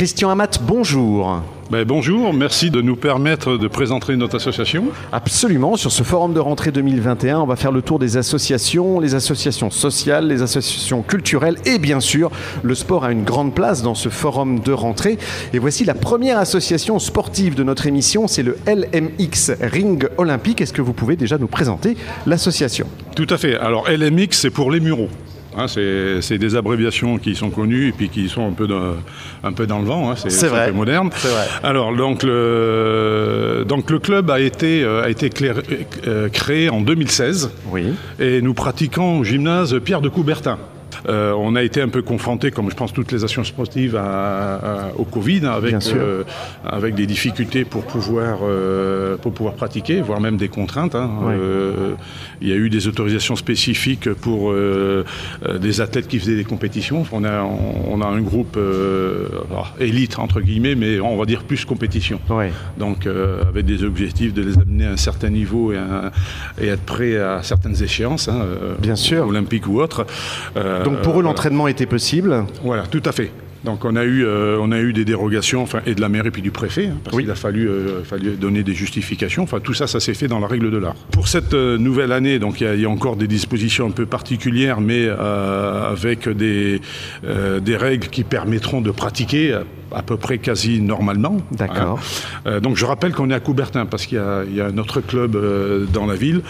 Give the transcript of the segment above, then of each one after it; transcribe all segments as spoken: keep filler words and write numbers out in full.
Christian Amat, bonjour. Ben bonjour, merci de nous permettre de présenter notre association. Absolument, sur ce forum de rentrée deux mille vingt et un, on va faire le tour des associations, les associations sociales, les associations culturelles et bien sûr, le sport a une grande place dans ce forum de rentrée. Et voici la première association sportive de notre émission, c'est le L M X Ring Olympique. Est-ce que vous pouvez déjà nous présenter l'association ? Tout à fait, alors L M X c'est pour les Mureaux. Hein, c'est, c'est des abréviations qui sont connues et puis qui sont un peu, de, un peu dans le vent, hein, c'est, c'est, c'est un peu moderne. C'est vrai. Alors donc le, donc le club a été, a été clair, euh, créé en deux mille seize, oui. Et nous pratiquons au gymnase Pierre de Coubertin. Euh, on a été un peu confronté, comme je pense toutes les associations sportives, à, à, au Covid, avec, euh, avec des difficultés pour pouvoir, euh, pour pouvoir pratiquer, voire même des contraintes. Hein. Oui. Euh, il y a eu des autorisations spécifiques pour euh, des athlètes qui faisaient des compétitions. On a, on a un groupe euh, alors, élite, entre guillemets, mais on va dire plus compétition. Oui. Donc euh, avec des objectifs de les amener à un certain niveau et, à, et être prêts à certaines échéances, hein, bien sûr, olympiques ou autres. Euh, Donc pour eux, l'entraînement était possible ? Voilà, tout à fait. Donc on a eu, euh, on a eu des dérogations, enfin, et de la mairie et puis du préfet, hein, parce oui. qu'il a fallu, euh, fallu donner des justifications. Enfin, tout ça, ça s'est fait dans la règle de l'art. Pour cette euh, nouvelle année, donc il y, y a encore des dispositions un peu particulières, mais euh, avec des, euh, des règles qui permettront de pratiquer à peu près quasi normalement. D'accord. Hein. Euh, donc je rappelle qu'on est à Coubertin parce qu'il y a, il y a un autre club euh, dans la ville.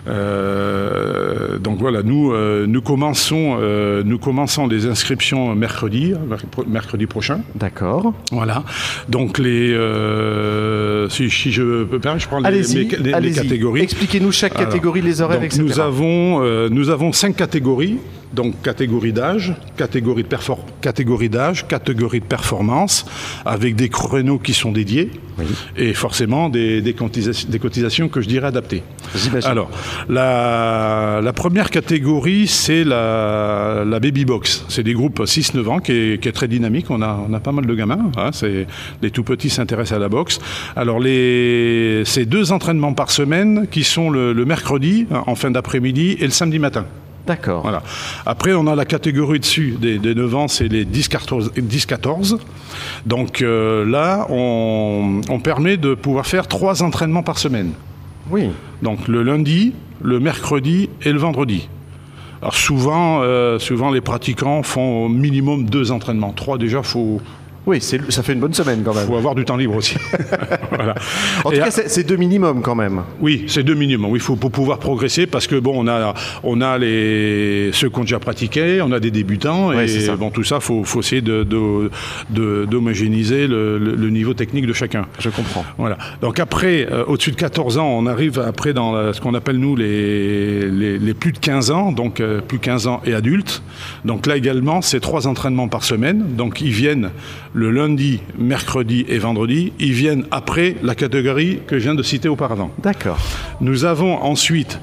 Euh, donc voilà, nous, euh, nous, commençons, euh, nous commençons les inscriptions mercredi, mercredi prochain. D'accord. Voilà. Donc les, euh, si, si je peux je prends les, allez-y, les, les, allez-y. les catégories. Expliquez-nous chaque catégorie, alors, les horaires, donc et cetera. Nous avons, euh, nous avons cinq catégories. Donc catégorie d'âge, catégorie de, perfor- catégorie d'âge, catégorie de performance, avec des créneaux qui sont dédiés, oui. Et forcément des, des, cotisations, des cotisations que je dirais adaptées. J'imagine. Alors, la, la première catégorie, c'est la, la baby box. C'est des groupes six neuf ans qui est, qui est très dynamique. On a, on a pas mal de gamins. Hein, c'est, les tout petits s'intéressent à la boxe. Alors, les, c'est deux entraînements par semaine qui sont le, le mercredi, en fin d'après-midi, et le samedi matin. D'accord. Voilà. Après, on a la catégorie dessus des, des neuf ans, c'est les dix quatorze. Donc euh, là, on, on permet de pouvoir faire trois entraînements par semaine. Oui. Donc le lundi, le mercredi et le vendredi. Alors souvent, euh, souvent les pratiquants font au minimum deux entraînements. Trois déjà, il faut... Oui, c'est, ça fait une bonne semaine quand même. Il faut avoir du temps libre aussi. Voilà. En tout et cas, à... c'est, c'est deux minimums quand même. Oui, c'est deux minimums. Oui, il faut pour pouvoir progresser parce que bon, on a, on a les ceux qui ont déjà pratiqué, on a des débutants ouais, et c'est ça. Bon, tout ça, faut, faut essayer de, de, de, d'homogénéiser le, le, le niveau technique de chacun. Je comprends. Voilà. Donc après, euh, au-dessus de quatorze ans, on arrive après dans euh, ce qu'on appelle nous les, les, les plus de quinze ans, donc euh, plus quinze ans et adultes. Donc là également, c'est trois entraînements par semaine. Donc ils viennent le lundi, mercredi et vendredi, ils viennent après la catégorie que je viens de citer auparavant. D'accord. Nous avons ensuite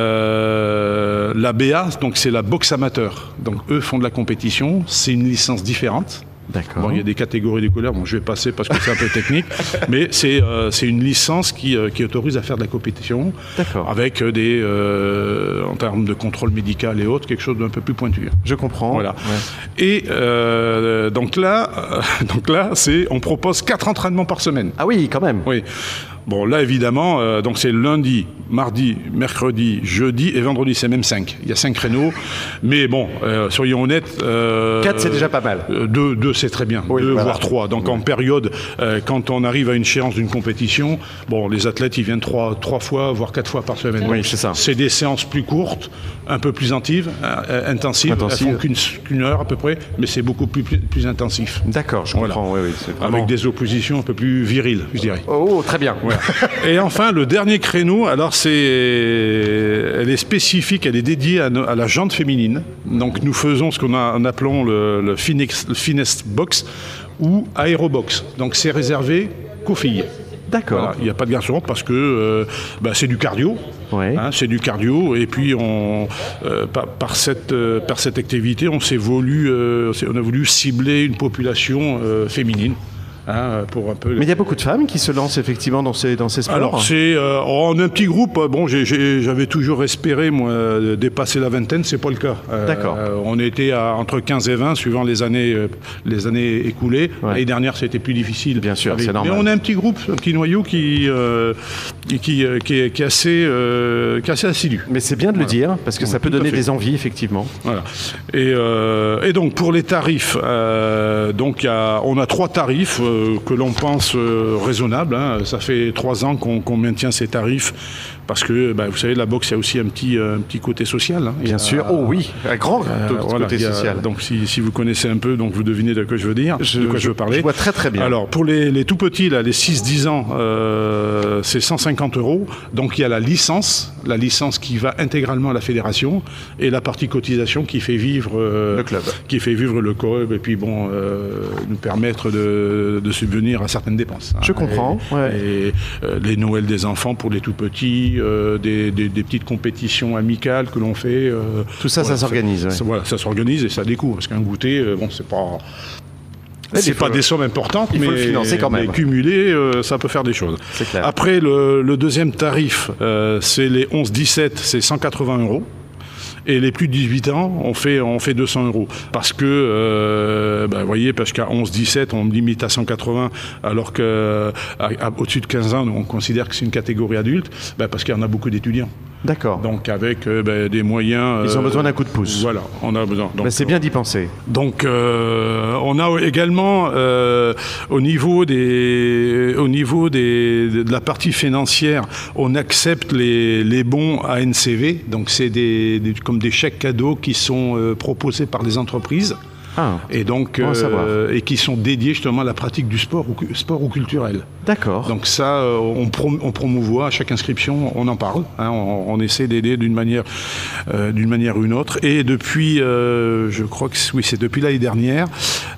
euh, la B A, donc c'est la boxe amateur. Donc eux font de la compétition, c'est une licence différente. D'accord. Bon, il y a des catégories des couleurs, bon, je vais passer parce que c'est un peu technique, mais c'est, euh, c'est une licence qui, euh, qui autorise à faire de la compétition. D'accord. Avec des, euh, en termes de contrôle médical et autres, quelque chose d'un peu plus pointu. Je comprends. Voilà. Ouais. Et euh, donc là, euh, donc là c'est, on propose quatre entraînements par semaine. Ah oui, quand même. Oui. Bon, là, évidemment, euh, donc c'est lundi, mardi, mercredi, jeudi et vendredi, c'est même cinq. Il y a cinq créneaux. Mais bon, euh, soyons honnêtes. Euh, quatre, c'est déjà pas mal. Euh, deux, deux, c'est très bien. Oui, deux, voilà. voire trois. Donc, oui. En période, euh, quand on arrive à une échéance d'une compétition, bon, les athlètes, ils viennent trois, trois fois, voire quatre fois par semaine. Oui, c'est ça. C'est des séances plus courtes, un peu plus intensives, euh, intensives. Intensive. Elles font qu'une, qu'une heure à peu près, mais c'est beaucoup plus, plus, plus intensif. D'accord, je comprends. Voilà. Oui, oui, c'est vraiment... Avec des oppositions un peu plus viriles, je dirais. Oh, très bien. Voilà. Et enfin, le dernier créneau, alors c'est, elle est spécifique, elle est dédiée à, no, à la jante féminine. Donc nous faisons ce qu'on a en appelant le, le, finex, le finesse box ou aérobox. Donc c'est réservé qu'aux filles. D'accord. Voilà, il n'y a pas de garçons parce que euh, bah, c'est du cardio. Ouais. Hein, c'est du cardio et puis on, euh, par, par, cette, euh, par cette activité, on, s'est voulu, euh, on a voulu cibler une population euh, féminine. Hein, pour un peu... Mais il y a beaucoup de femmes qui se lancent effectivement dans ces, dans ces sports. Alors, c'est, euh, on a un petit groupe. Bon, j'ai, j'ai, j'avais toujours espéré, moi, dépasser la vingtaine. C'est pas le cas. Euh, D'accord. Euh, on était à entre quinze et vingt, suivant les années, euh, les années écoulées. Ouais. L'année dernière, c'était plus difficile. Bien sûr, avec... c'est normal. Mais on a un petit groupe, un petit noyau qui, euh, qui, qui, qui, est, qui, est assez, euh, qui est assez assidu. Mais c'est bien de voilà. le dire, parce que ouais, ça peut donner des envies, effectivement. Voilà. Et, euh, et donc, pour les tarifs, euh, donc, y a, on a trois tarifs euh, que l'on pense Euh, raisonnable. Hein. Ça fait trois ans qu'on, qu'on maintient ces tarifs parce que, bah, vous savez, la boxe, il y a aussi un petit, un petit côté social. Hein. Bien a, sûr. Oh oui, un grand euh, voilà, côté a, social. Donc, si, si vous connaissez un peu, donc vous devinez de quoi je veux dire, je, de quoi je, je veux parler. Je vois très très bien. Alors, pour les, les tout petits, là, les six dix ans, euh, c'est cent cinquante euros. Donc, il y a la licence, la licence qui va intégralement à la fédération et la partie cotisation qui fait vivre euh, le club, qui fait vivre le club et puis bon, euh, nous permettre de, de subvenir à certaines dépenses. Je hein. comprends. Et, ouais. et euh, les Noëls des enfants pour les tout petits, euh, des, des, des petites compétitions amicales que l'on fait. Euh, Tout ça, voilà, ça s'organise. Ça, ouais. ça, voilà, ça s'organise et ça découvre. Parce qu'un goûter, euh, bon, c'est pas. C'est pas des sommes importantes, il faut mais, le financer quand même. mais cumulé, euh, ça peut faire des choses. C'est clair. Après, le, le deuxième tarif, euh, c'est les onze dix-sept, c'est cent quatre-vingts euros. Et les plus de dix-huit ans, on fait, on fait deux cents euros. Parce que, euh, ben, vous voyez, parce qu'à onze dix-sept, on limite à cent quatre-vingts, alors qu'au-dessus de quinze ans, on considère que c'est une catégorie adulte, ben, parce qu'il y en a beaucoup d'étudiants. D'accord. Donc avec euh, ben, des moyens... Ils ont euh, besoin d'un coup de pouce. Voilà, on a besoin. Ben, c'est bien d'y penser. Donc euh, on a également euh, au niveau, des, au niveau des, de la partie financière, on accepte les, les bons A N C V, donc c'est des, des, comme des chèques cadeaux qui sont euh, proposés par les entreprises. Ah, et donc euh, et qui sont dédiés justement à la pratique du sport ou sport ou culturel. D'accord. Donc ça, euh, on, prom on promouvoit à chaque inscription, on en parle, hein, on, on essaie d'aider d'une manière, euh, d'une manière ou une autre. Et depuis, euh, je crois que oui, c'est depuis l'année dernière.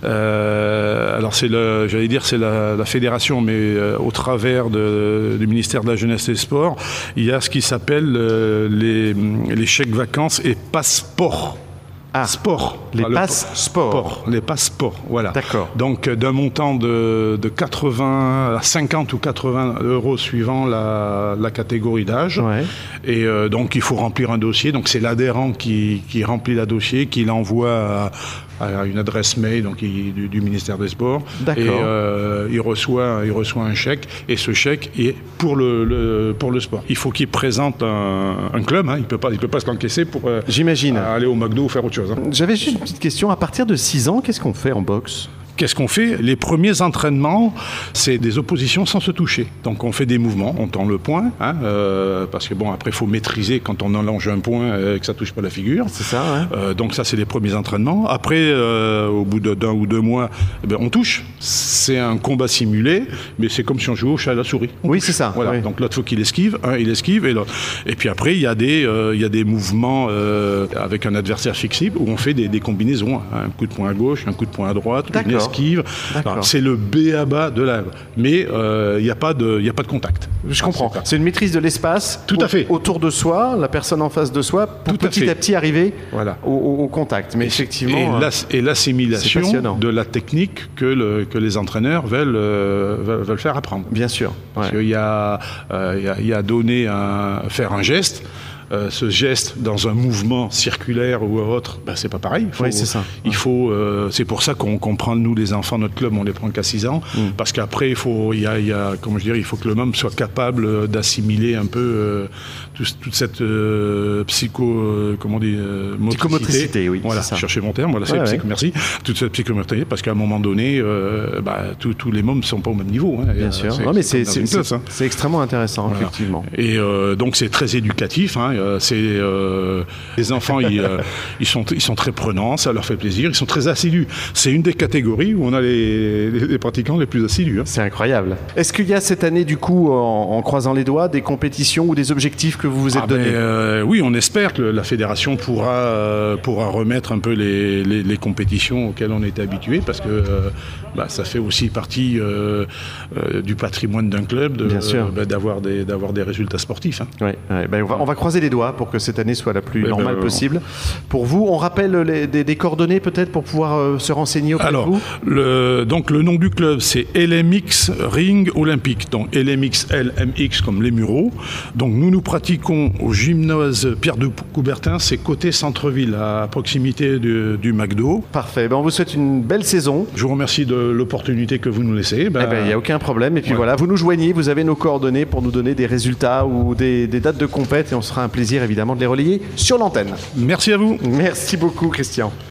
Euh, alors c'est le, j'allais dire c'est la, la fédération, mais euh, au travers de, du ministère de la Jeunesse et des Sports, il y a ce qui s'appelle euh, les, les chèques vacances et passeports. Ah, sport. Les enfin, passes sport. sport. Les passes sport, voilà. D'accord. Donc d'un montant de, de quatre-vingts à cinquante ou quatre-vingts euros suivant la, la catégorie d'âge. Ouais. Et euh, donc il faut remplir un dossier. Donc c'est l'adhérent qui, qui remplit le dossier, qui l'envoie à, à une adresse mail donc, il, du, du ministère des Sports. D'accord. Et euh, il, reçoit, il reçoit un chèque. Et ce chèque est pour le, le, pour le sport. Il faut qu'il présente un, un club. Hein. Il ne peut pas, il peut pas se l'encaisser pour euh, J'imagine. aller au McDo ou faire autre chose. J'avais juste une petite question. À partir de six ans, qu'est-ce qu'on fait en boxe ? Qu'est-ce qu'on fait? Les premiers entraînements, c'est des oppositions sans se toucher. Donc on fait des mouvements, on tend le poing, hein, euh, parce que bon, après il faut maîtriser quand on allonge un poing euh, et que ça touche pas la figure. C'est ça, hein. euh, Donc ça, c'est les premiers entraînements. Après, euh, au bout d'un ou deux mois, eh bien, on touche. C'est un combat simulé, mais c'est comme si on jouait au chat à la souris. On oui, touche. c'est ça. Voilà. Oui. Donc l'autre, faut qu'il esquive, un, il esquive, et l'autre. Et puis après, il y a des, euh, il y a des mouvements euh, avec un adversaire fixible où on fait des, des combinaisons. Hein. Un coup de poing à gauche, un coup de poing à droite, une esquive. Alors, c'est le B à bas de l'œuvre, mais il euh, n'y a, a pas de contact. Je comprends. C'est une maîtrise de l'espace Tout à fait. Autour de soi, la personne en face de soi, pour Tout petit à, à petit arriver voilà. au, au, au contact. Mais effectivement, et l'assimilation de la technique que, le, que les entraîneurs veulent, euh, veulent faire apprendre. Bien sûr. Parce ouais. qu'il y a, euh, y a donné un, faire un geste. Euh, ce geste dans un mouvement circulaire ou autre, ben, c'est pas pareil. Il faut, oui, c'est ça. Il faut, euh, c'est pour ça qu'on qu'on prend, nous, les enfants, notre club, on les prend qu'à six ans, mm. parce qu'après, il faut, il y a, il y a, comment je dirais, il faut que le homme soit capable d'assimiler un peu euh, tout, toute cette euh, psycho, euh, comment on dit, euh, psychomotricité, oui. Voilà, chercher mon terme, voilà, c'est ouais, psycho, ouais. merci. Toute cette psychomotricité, parce qu'à un moment donné, euh, bah, tous les mômes ne sont pas au même niveau. Hein. Bien sûr. Non, mais c'est hein. extrêmement intéressant, voilà. Effectivement. Et euh, donc, c'est très éducatif. Hein. C'est euh, les enfants, ils, euh, ils, sont, ils sont très prenants, ça leur fait plaisir, ils sont très assidus. C'est une des catégories où on a les, les, les pratiquants les plus assidus. Hein. C'est incroyable. Est-ce qu'il y a cette année, du coup, en, en croisant les doigts, des compétitions ou des objectifs que vous vous êtes ah donnés? ben, euh, Oui, on espère que la fédération pourra, euh, pourra remettre un peu les, les, les compétitions auxquelles on était habitué, parce que euh, bah, ça fait aussi partie euh, euh, du patrimoine d'un club de, euh, bah, d'avoir des, d'avoir des résultats sportifs. Hein. Ouais, ouais, bah, on, va, on va croiser les doigts pour que cette année soit la plus ouais, normale bah, possible. Pour vous, on rappelle les, des, des coordonnées peut-être pour pouvoir euh, se renseigner auprès Alors, de vous. le, donc le nom du club, c'est L M X Ring Olympique. Donc L M X, L M X comme les Mureaux. Donc nous nous pratiquons au gymnase Pierre de Coubertin, c'est côté centre-ville, à proximité du, du McDo. Parfait, ben, on vous souhaite une belle saison. Je vous remercie de l'opportunité que vous nous laissez. Ben, eh ben, il n'y a aucun problème. Et puis ouais. voilà, vous nous joignez, vous avez nos coordonnées pour nous donner des résultats ou des, des dates de compète et on sera un plaisir évidemment de les relayer sur l'antenne. Merci à vous. Merci beaucoup Christian.